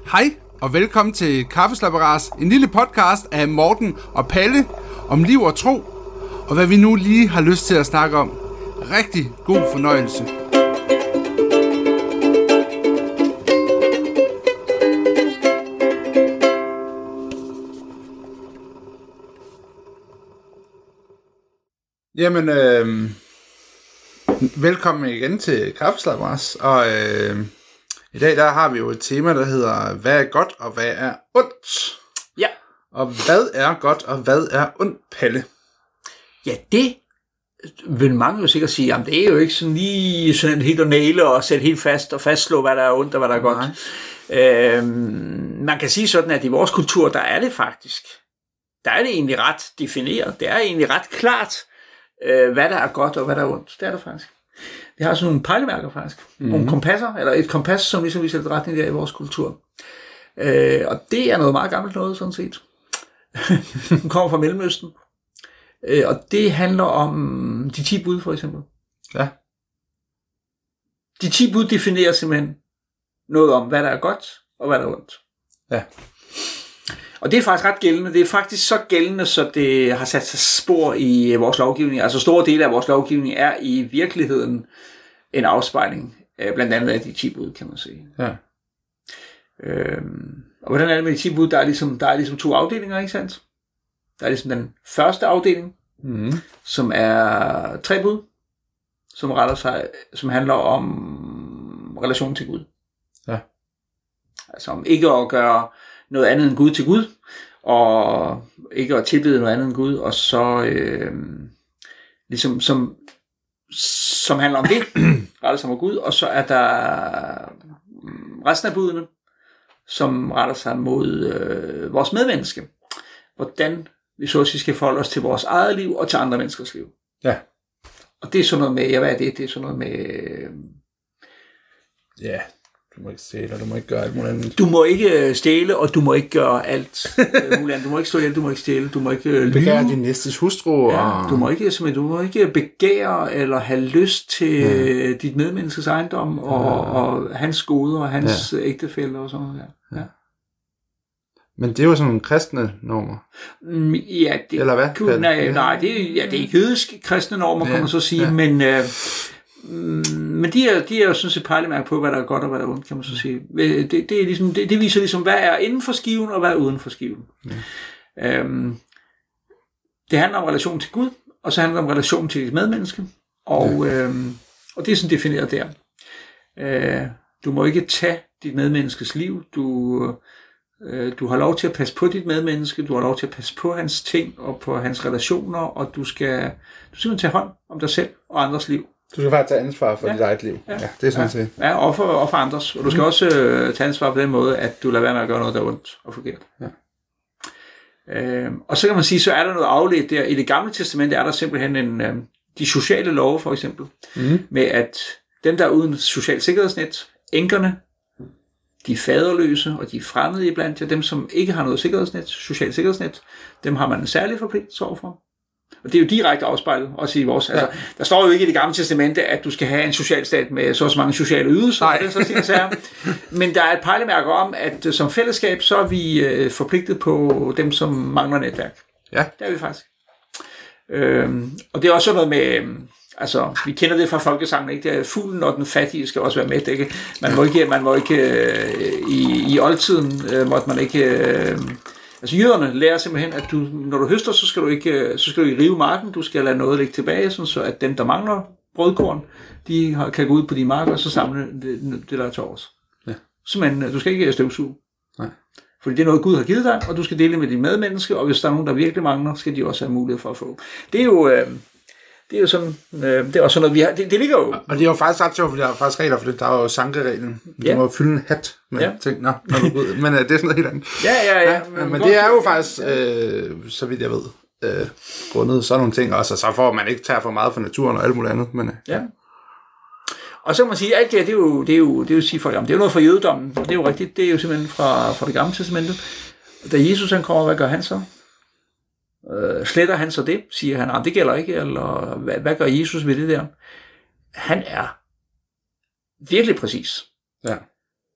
Hej og velkommen til Kaffeslabberas, en lille podcast af Morten og Palle om liv og tro, og hvad vi nu lige har lyst til at snakke om. Rigtig god fornøjelse. Jamen, velkommen igen til Kaffeslabberas, og i dag der har vi jo et tema, der hedder, hvad er godt og hvad er ondt? Ja. Og hvad er godt og hvad er ondt, Palle? Ja, det vil mange jo sikkert sige, jamen det er jo ikke sådan lige sådan helt at næle og sætte helt fast og fastslå, hvad der er ondt og hvad der er godt. Man kan sige sådan, at i vores kultur, der er det faktisk, der er det egentlig ret defineret. Det er egentlig ret klart, hvad der er godt og hvad der er ondt. Det er der faktisk. Vi har sådan nogle pejlemærker faktisk. Nogle kompasser, eller et kompas, som ligesom viser lidt retning der i vores kultur. Og det er noget meget gammelt noget, sådan set. Den kommer fra Mellemøsten. Og det handler om de 10 bud, for eksempel. Ja. De 10 bud definerer simpelthen noget om, hvad der er godt og hvad der er ondt. Ja. Og det er faktisk ret gældende. Det er faktisk så gældende, så det har sat sig spor i vores lovgivning. Altså store dele af vores lovgivning er i virkeligheden en afspejling, blandt andet af de 10 bud, kan man sige. Ja. Og hvordan er det med de 10 bud? Der er ligesom 2 afdelinger, ikke sandt? Der er ligesom den første afdeling, som er 3 bud, som handler om relationen til Gud. Ja. Altså om ikke at gøre noget andet end Gud til Gud, og ikke at tilbede noget andet end Gud, og så ligesom som handler om det, retter sig mod Gud, og så er der resten af budene, som retter sig mod vores medmenneske. Hvordan vi så at sige skal forholde os til vores eget liv og til andre menneskers liv. Ja. Og det er sådan noget med, ja, hvad er det? Det er sådan noget med ja, du må ikke stjæle, og du må ikke gøre alt muligt andet. Du må ikke stjæle, og du må ikke gøre alt muligt andet. Du må ikke stå ihjel, du må ikke stjæle, du må ikke lyve. Begære din næstes hustru. Ja, og... du må ikke begære eller have lyst til dit medmenneskes ejendom og hans goder og hans ægtefæller og sådan noget der. Ja. Men det er jo sådan nogle kristne normer. Ja, det, eller hvad? Nej, det er jødiske kristne normer, kan man så sige, men de er jo sådan set pejlemærke på, hvad der er godt og hvad der er ondt, kan man så sige. Det er ligesom, det viser ligesom, hvad er inden for skiven og hvad er uden for skiven. Ja. Det handler om relation til Gud, og så handler det om relation til dit medmenneske, og det er sådan defineret der. Du må ikke tage dit medmenneskes liv, du har lov til at passe på dit medmenneske, du har lov til at passe på hans ting og på hans relationer, og du skal simpelthen tage hånd om dig selv og andres liv. Du skal faktisk tage ansvar for dit eget liv. Ja, det er sådan set. Ja, og for andres. Og du skal også tage ansvar på den måde, at du lader være med at gøre noget, der er ondt og forkert. Ja. Og så kan man sige, så er der noget afledt der. I Det Gamle Testamente er der simpelthen de sociale love, for eksempel, med at dem, der er uden socialt sikkerhedsnet, enkerne, de faderløse og de fremmede iblandt, dem som ikke har noget sikkerhedsnet, socialt sikkerhedsnet, dem har man en særlig forpligtelse overfor. Og det er jo direkte afspejlet, også i vores. Altså, der står jo ikke i Det Gamle Testamente, at du skal have en socialstat med så mange sociale ydelser. Men der er et pejlemærke om, at som fællesskab, så er vi forpligtet på dem, som mangler netværk. Ja. Det er vi faktisk. Og det er også sådan noget med... Altså, vi kender det fra folkesangen, ikke? Det er fuglen og den fattige skal også være med, ikke? Man må ikke i oldtiden måtte man ikke... Altså jøderne lærer simpelthen, at når du høster, så skal du ikke rive marken, du skal lade noget ligge tilbage, sådan så at dem, der mangler brødkorn, de kan gå ud på de marker og så samle det der er til års. Ja. Simpelthen, du skal ikke støvsuge. Nej. Fordi det er noget, Gud har givet dig, og du skal dele med dine medmennesker, og hvis der er nogen, der virkelig mangler, skal de også have mulighed for at få. Det er jo sådan, det er også sådan noget, vi har, det ligger jo... Og det er jo faktisk ret sjovt, for der er faktisk regler for det. Der er jo sankereglen. Du må fylde en hat med ting, når du går ud. Men det er sådan noget helt andet. Ja. Men det er jo faktisk, så vidt jeg ved, grundet sådan nogle ting også. Så får man ikke tage for meget for naturen og alt muligt andet. Men, ja. Og så kan man sige, at alt det er jo sige for, det er jo noget fra jødedommen, og det er jo rigtigt. Det er jo simpelthen fra Det Gamle Testamente. Da Jesus han kommer, hvad gør han så? Sletter han så det? Siger han, det gælder ikke, eller hvad gør Jesus ved det der? Han er virkelig præcis. Ja.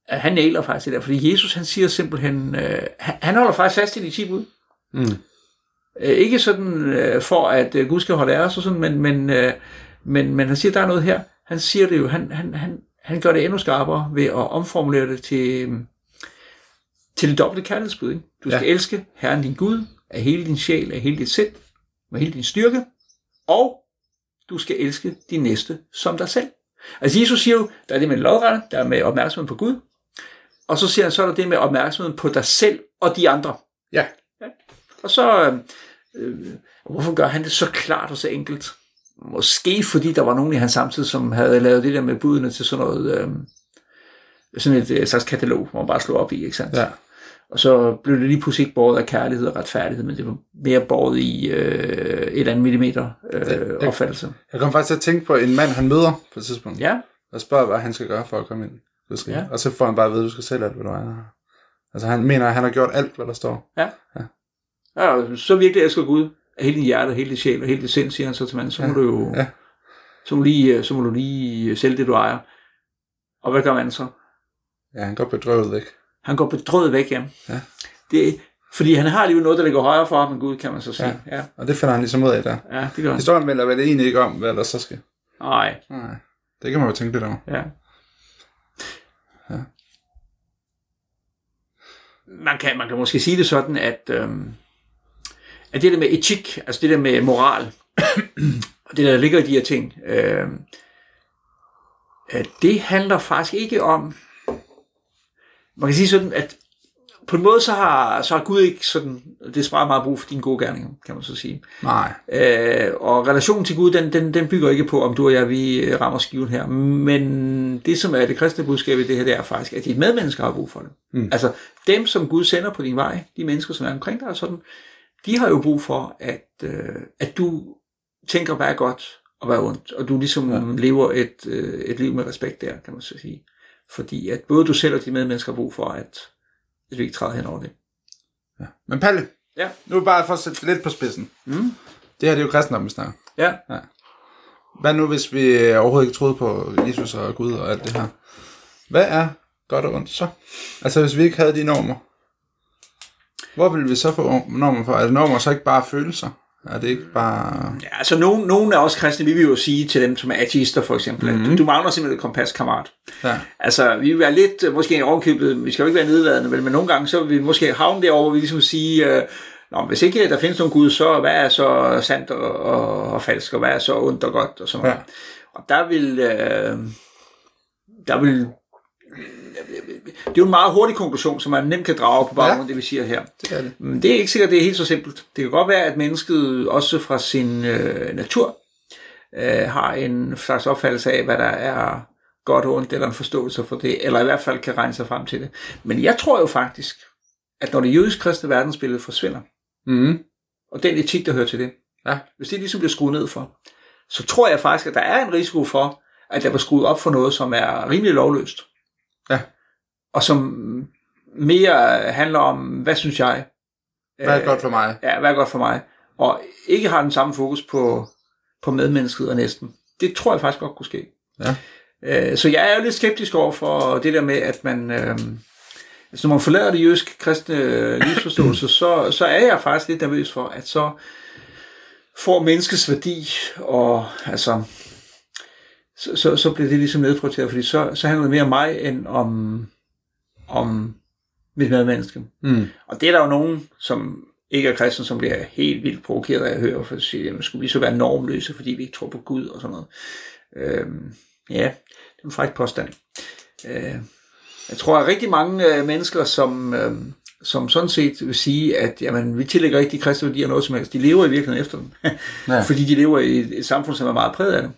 han næler faktisk det der, fordi Jesus, han siger simpelthen, han holder faktisk fast i de 10 bud. Ikke sådan for, at Gud skal holde af os, og sådan, men han siger, der er noget her. Han siger det jo, han gør det endnu skarpere ved at omformulere det til det dobbelte kærlighedsbud. Ikke? Du skal elske Herren din Gud af hele din sjæl, af hele dit sind, med hele din styrke, og du skal elske din næste som dig selv. Altså Jesus siger jo, der er det med lodrette, der er med opmærksomheden på Gud, og så siger han, så er der det med opmærksomheden på dig selv og de andre. Ja. Og så, hvorfor gør han det så klart og så enkelt? Måske fordi der var nogen i hans samtid, som havde lavet det der med budene til sådan noget, sådan et slags katalog, hvor man bare slog op i, ikke sandt? Ja. Og så blev det lige pludselig ikke båret af kærlighed og retfærdighed, men det var mere båret i et andet millimeter opfattelse. Jeg kom faktisk til at tænke på en mand, han møder på et tidspunkt. Ja. Og spørger, hvad han skal gøre for at komme ind. Ja. Og så får han bare at vide, at du skal selv alt, hvad du er. Altså han mener, at han har gjort alt, hvad der står. Ja. Ja, så virkelig elsker Gud af hele din hjerte, hele din sjæl og hele dit sind, siger han så til manden. Så må du jo så må du lige sælge det, du ejer. Og hvad gør manden så? Ja, han går bedrøvet væk. Han går bedrøvet væk, ja. Fordi han har alligevel noget, der ligger højere for ham end Gud, kan man så sige. Ja. Og det finder han ligesom ud af der. Ja, det gør han. Historien melder vel egentlig ikke om, hvad der så skal. Nej. Det kan man jo tænke lidt over. Ja. Man kan måske sige det sådan, at det der med etik, altså det der med moral, og det der ligger i de her ting, det handler faktisk ikke om, man kan sige sådan, at på en måde så har Gud ikke sådan, det er meget brug for dine gode gerninger, kan man så sige. Nej. Og relationen til Gud, den bygger ikke på, om du og jeg, vi rammer skiven her. Men det, som er det kristne budskab i det her, det er faktisk, at dit medmennesker har brug for det. Altså, dem, som Gud sender på din vej, de mennesker, som er omkring dig og sådan, de har jo brug for, at du tænker, hvad er godt og hvad er ondt, og du ligesom lever et liv med respekt der, kan man så sige. Fordi at både du selv og de medmennesker har brug for, at vi ikke træder hen over det. Ja. Men Palle, nu er bare for at sætte lidt på spidsen. Det her, det er jo kristendom, vi snakker. Ja. Hvad nu, hvis vi overhovedet ikke troede på Jesus og Gud og alt det her? Hvad er godt og ondt så? Altså, hvis vi ikke havde de normer, hvor ville vi så få normer for? Er det normer så ikke bare følelser? Er det ikke bare... Ja, altså nogen af os kristne, vi vil jo sige til dem, som er ateister for eksempel, du mangler simpelthen et kompaskammerat. Ja. Altså, vi vil være lidt, måske overkøbet, vi skal jo ikke være nedladende, men nogle gange, så vil vi måske havne derovre, hvor vi ligesom sige, hvis ikke der findes nogen Gud, så hvad er så sandt og falsk, og hvad er så ondt og godt, og sådan noget. Og der vil det er jo en meget hurtig konklusion, som man nemt kan drage på baggrund af det, vi siger her. Det er ikke sikkert, det er helt så simpelt. Det kan godt være, at mennesket også fra sin natur har en slags opfattelse af, hvad der er godt og ondt, eller en forståelse for det, eller i hvert fald kan regne sig frem til det. Men jeg tror jo faktisk, at når det jødisk-kristne verdensbillede forsvinder, og den etik, der hører til det, hvis det ligesom bliver skruet ned for, så tror jeg faktisk, at der er en risiko for, at der bliver skruet op for noget, som er rimelig lovløst. Ja. Og som mere handler om, hvad synes jeg? Hvad er godt for mig? Ja, hvad er godt for mig? Og ikke har den samme fokus på medmennesket og næsten. Det tror jeg faktisk godt kunne ske. Ja. Så jeg er jo lidt skeptisk over for det der med, at man... når man forlader det jødiske kristne livsforståelse, så er jeg faktisk lidt nervøs for, at så får menneskets værdi, og altså... Så bliver det ligesom nedprioriteret, fordi så handler det mere om mig, end om mit medmenneske. Og det er der jo nogen, som ikke er kristne, som bliver helt vildt provokeret af at høre, for at sige, jamen, skulle vi så være normløse, fordi vi ikke tror på Gud og sådan noget. Det er en fræk påstand. Jeg tror, at rigtig mange mennesker, som sådan set vil sige, at jamen, vi tillægger ikke de kristne værdier noget som helst. De lever i virkeligheden efter dem. Fordi de lever i et samfund, som er meget præget af det.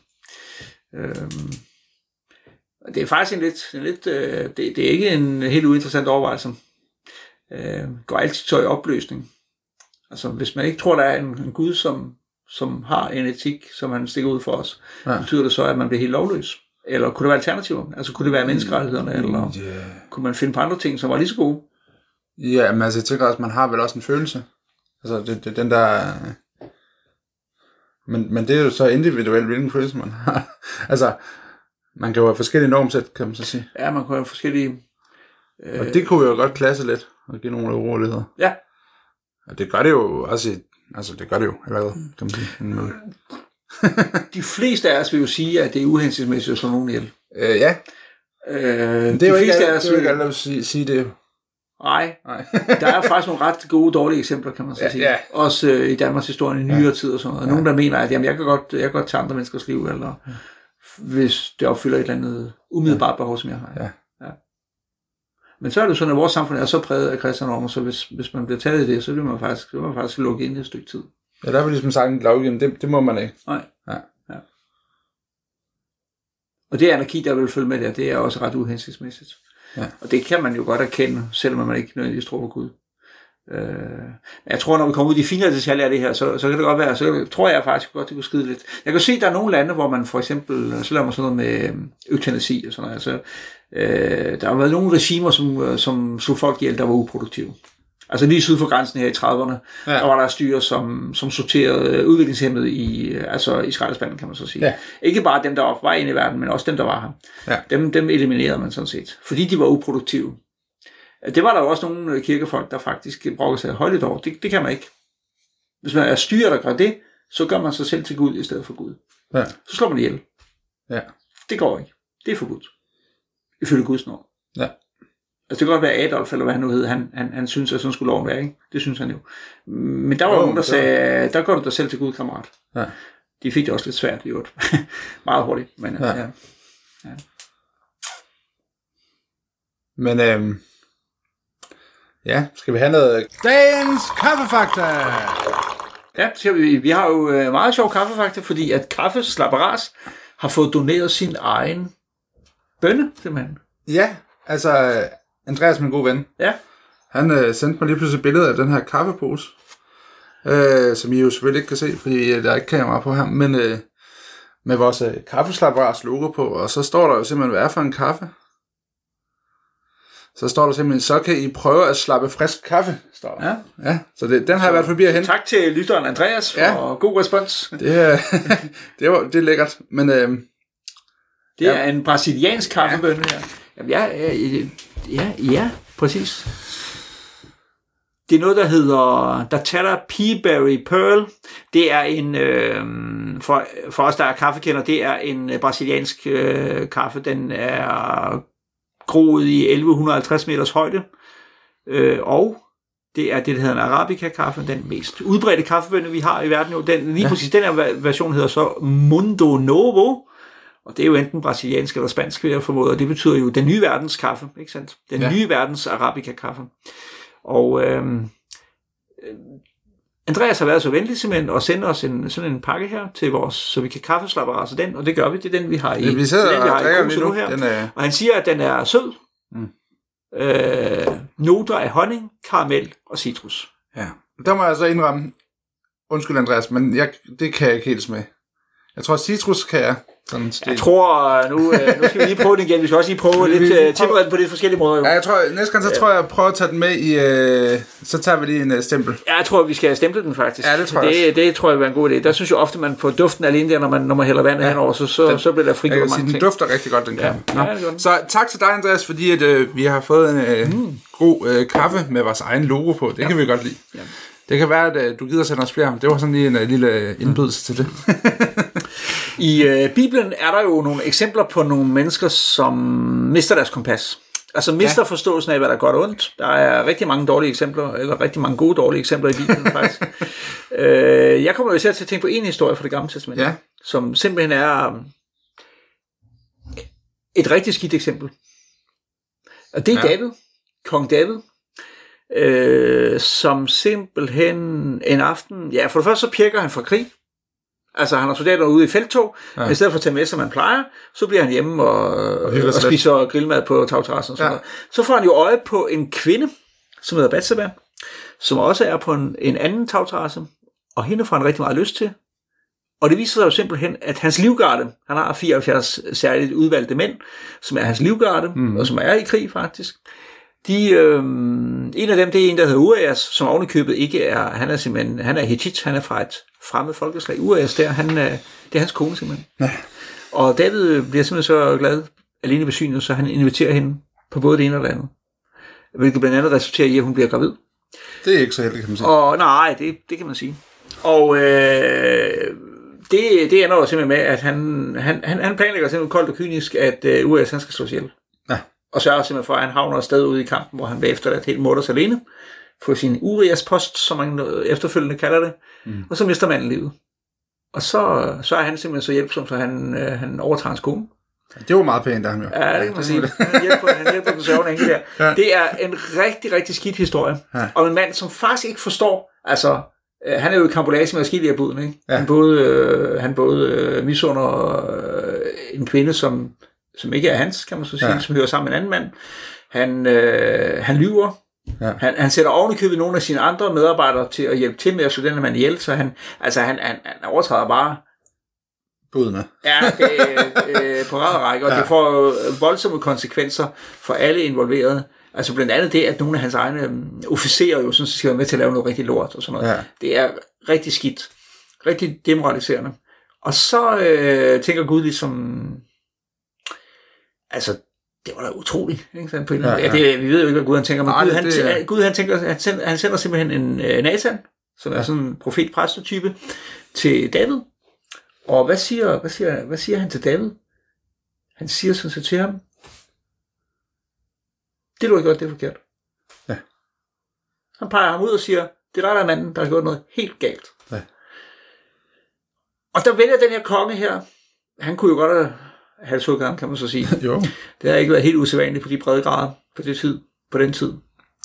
Det er faktisk det er ikke en helt uinteressant overvejelse. Går altid så i opløsning. Altså, hvis man ikke tror, der er en Gud, som har en etik, som han stikker ud for os, betyder det så, at man bliver helt lovløs? Eller kunne det være alternativer? Altså, kunne det være menneskerettighederne? Eller kunne man finde på andre ting, som var lige så gode? Ja, men altså, jeg tænker også, man har vel også en følelse. Altså, det den der... Men det er jo så individuelt, hvilken følelse man har. Altså, man kan jo have forskellige normsæt, kan man så sige. Ja, man kan have forskellige... Og det kunne jo godt klasse lidt, og give nogle uroligheder. Ja. Og det gør det jo også, altså det gør det jo allerede, kan man sige. De fleste af os vil jo sige, at det er uhensigtsmæssigt at slå nogen ihjel. Ja. Det er jo ikke alle, der vil sige det. Nej. Der er faktisk nogle ret gode, dårlige eksempler, kan man så sige. Ja. Også i Danmarks historie i nyere tid og sådan noget. Nogen, der mener, at jamen, jeg kan godt tage andre menneskers liv, eller hvis det opfylder et eller andet umiddelbart behov, som jeg har. Ja. Men så er det sådan, at vores samfund er så præget af kristendommen, så hvis man bliver taget i det, så bliver man faktisk lukket ind i et stykke tid. Ja, der er ligesom sagt en lovgivning, det må man ikke. Nej. Ja. Og det anarki, der vil følge med det er også ret uhensigtsmæssigt. Ja. Og det kan man jo godt erkende, selvom man ikke nødvendigvis tror på Gud. Jeg tror, når vi kommer ud i de finere detaljer af det her, så kan det godt være, så tror jeg faktisk godt, det kunne skide lidt. Jeg kan se, at der er nogle lande, hvor man for eksempel, så laver man sådan noget med eutanasi og sådan noget. Altså, der har været nogle regimer, som slog folk ihjel, der var uproduktive. Altså lige syd for grænsen her i 30'erne, der var der styre, som sorterede udviklingshæmmede i skraldespanden, kan man så sige. Ja. Ikke bare dem, der var på vej ind i verden, men også dem, der var her. Ja. Dem eliminerede man sådan set, fordi de var uproduktive. Det var der jo også nogle kirkefolk, der faktisk brokkede sig højligt over. Det kan man ikke. Hvis man er styre, der gør det, så gør man sig selv til Gud i stedet for Gud. Ja. Så slår man ihjel. Ja. Det går ikke. Det er forbudt. Ifølge Guds norm. Ja. Altså det kan godt være Adolf, eller hvad han nu hed, han synes, at sådan skulle loven være, ikke? Det synes han jo. Men der var nogen, der sagde, der går du dig selv til Gud, kammerat. Ja. De fik det også lidt svært, i øvrigt. Meget hurtigt, men ja. Men ja, skal vi have noget dagens kaffefakta? Ja, vi har jo meget sjov kaffefakta, fordi at Kaffeslabberas har fået doneret sin egen bønne, simpelthen. Ja, altså Andreas, min gode ven, han sendte mig lige pludselig et billede af den her kaffepose, som I jo selvfølgelig ikke kan se, fordi der er ikke kamera på her, men med vores Kaffeslabberas logo på, og så står der jo simpelthen, hvad er for en kaffe? Så står der simpelthen, så kan I prøve at slappe frisk kaffe, står der. Ja, så den har jeg været forbi at hente. Tak til lytteren Andreas for god respons. Det er lækkert, men det er en brasiliansk kaffebønne her. Ja, præcis. Det er noget, der hedder Datara Peaberry Pearl. Det er en, for os, der er kaffekender, det er en brasiliansk kaffe. Den er groet i 1150 meters højde, og det er det, der hedder en Arabica-kaffe, den mest udbredte kaffebønne, vi har i verden. Jo. Præcis den her version hedder så Mundo Novo, og det er jo enten brasiliansk eller spansk, vil jeg formode, og det betyder jo den nye verdens kaffe, ikke sandt? Den nye verdens Arabica-kaffe. Og Andreas har været så venlig simpelthen at sende os sådan en pakke her til vores, så vi kan kaffeslabberas af den, og det gør vi. Det er den, vi har i. Vi sidder og drikker lige nu her. Og han siger, at den er sød. Noter af honning, karamel og citrus. Ja, der må jeg så indrømme. Undskyld Andreas, men det kan jeg ikke helt smage. Jeg tror, citrus kan jeg. Jeg tror, nu skal vi lige prøve den igen. Vi skal også lige prøve lidt tilberedt på de forskellige måder. Jo. Ja, jeg tror, næste gang, så tror jeg prøver at tage den med i, så tager vi lige en stempel. Ja, jeg tror, vi skal stemple den faktisk. Ja, det tror jeg det tror jeg vil være en god idé. Der synes jeg ofte, man får duften alene der, når man hælder vandet henover, så bliver der frigjort mange ting. Den dufter rigtig godt, den kan. Så tak til dig, Andreas, fordi at, vi har fået en god kaffe med vores egen logo på. Det kan vi godt lide. Ja. Det kan være, at du gider sende os flere. Det var sådan lige en lille indbydelse til det. I Bibelen er der jo nogle eksempler på nogle mennesker, som mister deres kompas. Altså mister forståelsen af, hvad der er godt og ondt. Der er rigtig mange dårlige eksempler, eller rigtig mange gode dårlige eksempler i Bibelen faktisk. Jeg kommer jo især til at tænke på en historie fra Det Gamle Testamente, som simpelthen er et rigtig skidt eksempel. Og det er David, kong David, som simpelthen en aften, for det første så pjekker han fra krig. Altså han har soldater ude i felttog, men i stedet for at tage med, som man plejer, så bliver han hjemme og spiser grillmad på tagterrassen og sådan noget. Så får han jo øje på en kvinde, som hedder Batseba, som også er på en anden tagterrasse, og hende får han rigtig meget lyst til. Og det viser sig jo simpelthen, at hans livgarde, han har 74 særligt udvalgte mænd, som er hans livgarde, og som er i krig faktisk. En af dem, det er en, der hedder Urias, som ovenikøbet ikke er, han er Hittit, han er fra et fremmed folkeslag. Urias der, det er hans kone simpelthen. Ja. Og David bliver simpelthen så glad alene ved synet, så han inviterer hende på både det ene og det andet. hvilket blandt andet resulterer i, at hun bliver gravid. Det er ikke så heldigt, kan man sige. Og nej, det kan man sige. Og det ender jo simpelthen med, at han planlægger simpelthen koldt og kynisk, at US han skal slås ihjel. Ja. Og sørger simpelthen for, at han havner afsted ude i kampen, hvor han bliver efterladt helt mutters alene på sin uriaspost, som man efterfølgende kalder det. Og så mister manden livet. Og så er han simpelthen så hjælpsom, så han overtager hans kone. Det var meget pænt af ham jo. Ja, det kan man sige. Han hjælper den søvn enkel der. Ja. Det er en rigtig, rigtig skidt historie. Ja. Og en mand, som faktisk ikke forstår, altså, han er jo i kampolage med adskillige af budene, ikke? Ja. Han både misunder en kvinde, som ikke er hans, kan man så sige, som hører sammen med en anden mand. Han lyver. Ja. Han sætter ovenikøbet nogle af sine andre medarbejdere til at hjælpe til med at slå den her mand ihjel, så han overtræder bare budene. Ja, det på rad og række, og det får voldsomme konsekvenser for alle involverede. Altså blandt andet det, at nogle af hans egne officerer jo sådan skal være med til at lave noget rigtig lort og sådan noget. Ja. Det er rigtig skidt. Rigtig demoraliserende. Og så tænker Gud ligesom, altså, det var da utroligt, ikke? Sådan på en vi ved jo ikke, hvad Gud han tænker, men Gud han tænker, han sender simpelthen en Nathan, som er sådan en profet-præstetype, til David. Og hvad siger han til David? Han siger sådan så til ham, det du har gjort, det er forkert. Ja. Han peger ham ud og siger, det er dig, der er manden, der har gjort noget helt galt. Ja. Og der vælger den her konge her, han kunne jo godt have halshugget, kan man så sige. Jo. Det har ikke været helt usædvanligt på de brede grader på den tid.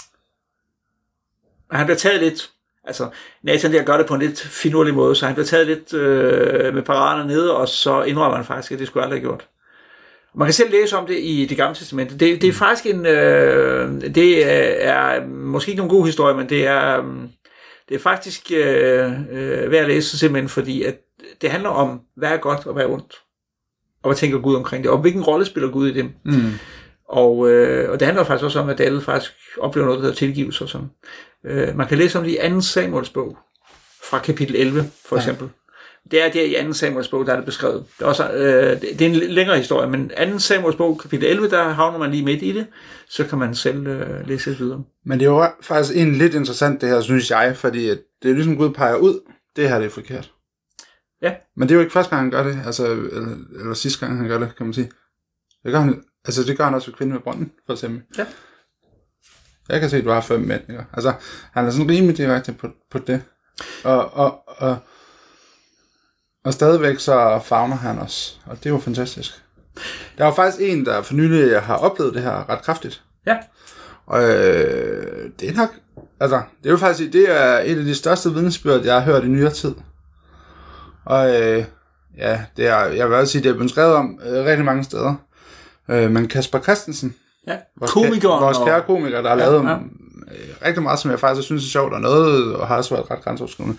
Og han bliver taget lidt, altså Nathan der gør det på en lidt finurlig måde, så han bliver taget lidt med paraderne nede, og så indrømmer han faktisk, at det skulle aldrig have gjort. Man kan selv læse om det i Det Gamle Testamente. Det er faktisk det er måske ikke nogen god historie, men det er faktisk værd at læse simpelthen, fordi at det handler om, hvad er godt og hvad er ondt. Og hvad tænker Gud omkring det, og hvilken rolle spiller Gud i dem. Og det handler faktisk også om, at David faktisk oplever noget, der hedder tilgivelse og sådan. Man kan læse om det i 2. Samuels bog, fra kapitel 11 for eksempel. Det er der i 2. Samuels bog, der er det beskrevet. Det er, også, det er en længere historie, men 2. Samuels bog, kapitel 11, der havner man lige midt i det, så kan man selv læse videre. Men det er jo faktisk egentlig lidt interessant det her, synes jeg, fordi det er ligesom Gud peger ud, det her det er forkert. Ja. Men det er jo ikke første gang, han gør det, altså, eller sidste gang, han gør det, kan man sige. Det gør han også for Kvinden ved Brønden, for eksempel. Ja. Jeg kan se, at du har 5 mænd, ikke? Altså, han er sådan rimelig direkte på det. Og stadigvæk så favner han os, og det er jo fantastisk. Der er jo faktisk en, der for nylig har oplevet det her ret kraftigt. Ja. Og det er nok, altså, det er jo faktisk, det er et af de største vidnesbyrd, jeg har hørt i nyere tid. Og ja, det er, jeg vil også sige, det er blevet skrevet om rigtig mange steder. Men Kasper Christensen, vores kære komiker, der har lavet rigtig meget, som jeg faktisk synes er sjovt, og noget, og har også været ret grænseoverskridende.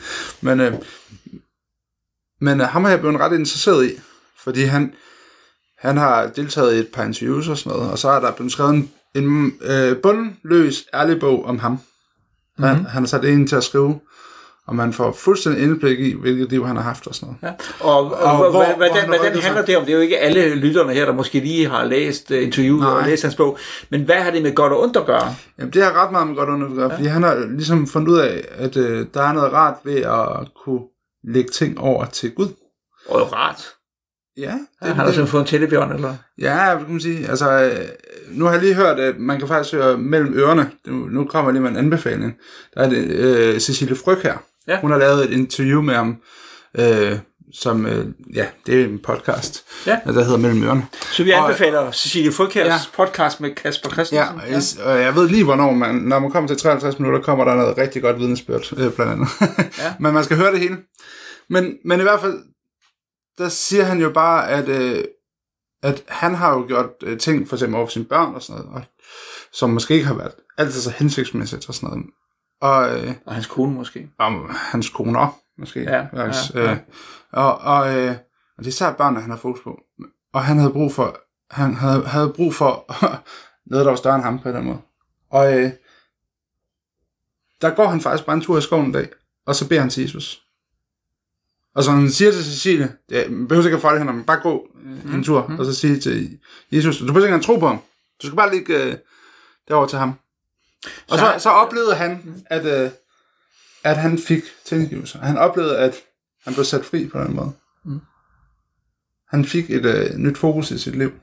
Men ham har jeg blevet ret interesseret i, fordi han har deltaget i et par interviews og sådan noget, og så er der blevet skrevet en bundløs, ærlig bog om ham. Han har sat en til at skrive, og man får fuldstændig indblik i, hvilket liv han har haft og sådan noget. Ja. Og hvad den handler det om? Det er jo ikke alle lytterne her, der måske lige har læst interviewet og læst hans bog, men hvad har det med godt og ondt at gøre? Jamen, det har ret meget med godt og ondt at gøre, fordi han har ligesom fundet ud af, at der er noget rart ved at kunne lægge ting over til Gud. Og rart? Ja. Han har simpelthen fået en tællebjørn, eller? Ja, det kan man sige. Altså, nu har jeg lige hørt, at man kan faktisk høre mellem ørerne. Nu kommer lige med en anbefaling. Der er det Cecilie Fryg her. Ja. Hun har lavet et interview med ham, som, det er en podcast, der hedder Mellem Ørerne. Så vi anbefaler Cecilie Fryg her podcast med Kasper Christensen. Ja, og jeg ved lige, hvornår når man kommer til 53 minutter, kommer der noget rigtig godt vidnesbyrd, blandt andet. Men man skal høre det hele. Men i hvert fald, der siger han jo bare, at han har jo gjort ting, for eksempel over for sine børn og sådan noget, som måske ikke har været altid så hensigtsmæssigt og sådan noget. Og hans kone måske. Og hans kone også, måske. Ja. Og det er især børnene, han har fokus på. Og han havde brug for noget, der var større end ham på en eller anden måde. Og der går han faktisk bare en tur i skoven en dag, og så beder han til Jesus. Og så han siger til Cecilie, det behøver ikke at folde hende, men bare gå en tur, og så sige til Jesus, du behøver ikke engang tro på ham. Du skal bare ligge derover til ham. Og så oplevede han, at han fik tilgivelse. Han oplevede, at han blev sat fri på den måde. Han fik et nyt fokus i sit liv.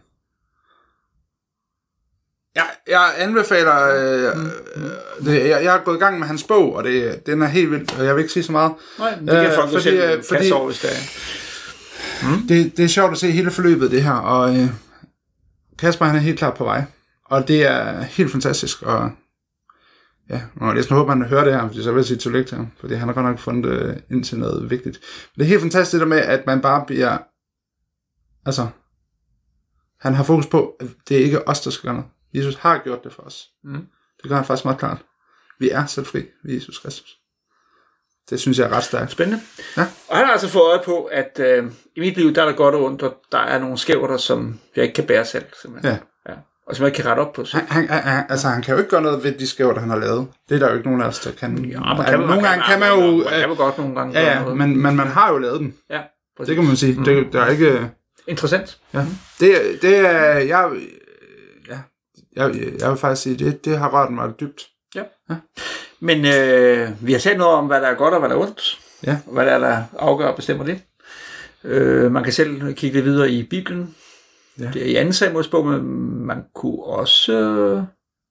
Jeg anbefaler... jeg har gået i gang med hans bog, og den er helt vildt, og jeg vil ikke sige så meget. Nej, det kan folk jo selv kaste over, hvis det er. Det er sjovt at se hele forløbet, det her, og Kasper, han er helt klart på vej. Og det er helt fantastisk, og ja, og jeg håber, han hører det her, fordi så vil jeg sige tillykke til ham, fordi han har godt nok fundet ind til noget vigtigt. Det er helt fantastisk det der med, at man bare bliver... Altså, han har fokus på, at det er ikke os, der skal gøre noget. Jesus har gjort det for os. Det gør han faktisk meget klart. Vi er sat fri ved Jesus Kristus. Det synes jeg er ret stærkt. Spændende. Ja. Og han har altså fået øje på, at i mit liv, der er der godt og ondt, og der er nogle skævter, som jeg ikke kan bære selv. Simpelthen. Ja. Og som jeg ikke kan rette op på. Han kan jo ikke gøre noget ved de skævter, han har lavet. Det er der jo ikke nogen af os, der kan. Ja, nogle gange kan man jo... Man kan godt nogle gange gøre noget. Men man har jo lavet dem. Ja, det kan man sige. Der er ikke... Interessant. Ja. Det er... Jeg vil faktisk sige, det har rørt mig dybt. Ja. Men vi har talt noget om, hvad der er godt og hvad der er ondt. Ja. Og hvad der afgør og bestemmer det. Man kan selv kigge lidt videre i Bibelen. Ja. Det er i anden Samuels bog, men man kunne også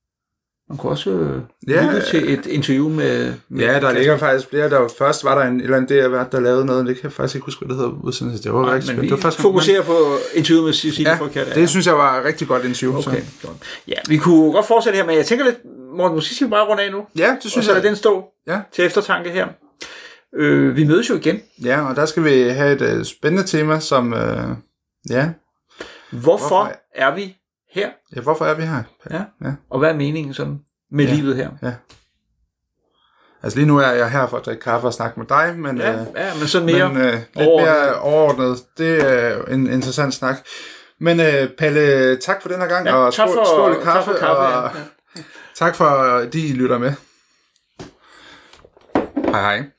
lytte til et interview med der ligger faktisk flere. Der først var der en eller anden der lavede noget, det kan jeg faktisk ikke huske, hvad det hedder udsendelse. Det var rigtig spændende. Vi fokuserer på interviewet med Cecilie Frøkjær. Det synes jeg var et rigtig godt interview. Okay. Ja, vi kunne godt fortsætte her, men jeg tænker lidt, Morten, måske skal vi bare runde af nu. Ja, det synes jeg. Og så den stå til eftertanke her. Vi mødes jo igen. Ja, og der skal vi have et spændende tema, som... Hvorfor er vi her? Ja, hvorfor er vi her? Ja. Og hvad er meningen sådan med livet her? Ja. Altså lige nu er jeg her for at drikke kaffe og snakke med dig, men, men sådan mere lidt mere overordnet. Det er en interessant snak. Men Palle, tak for den her gang, og skål i kaffe, og tak for, at I lytter med. Hej hej.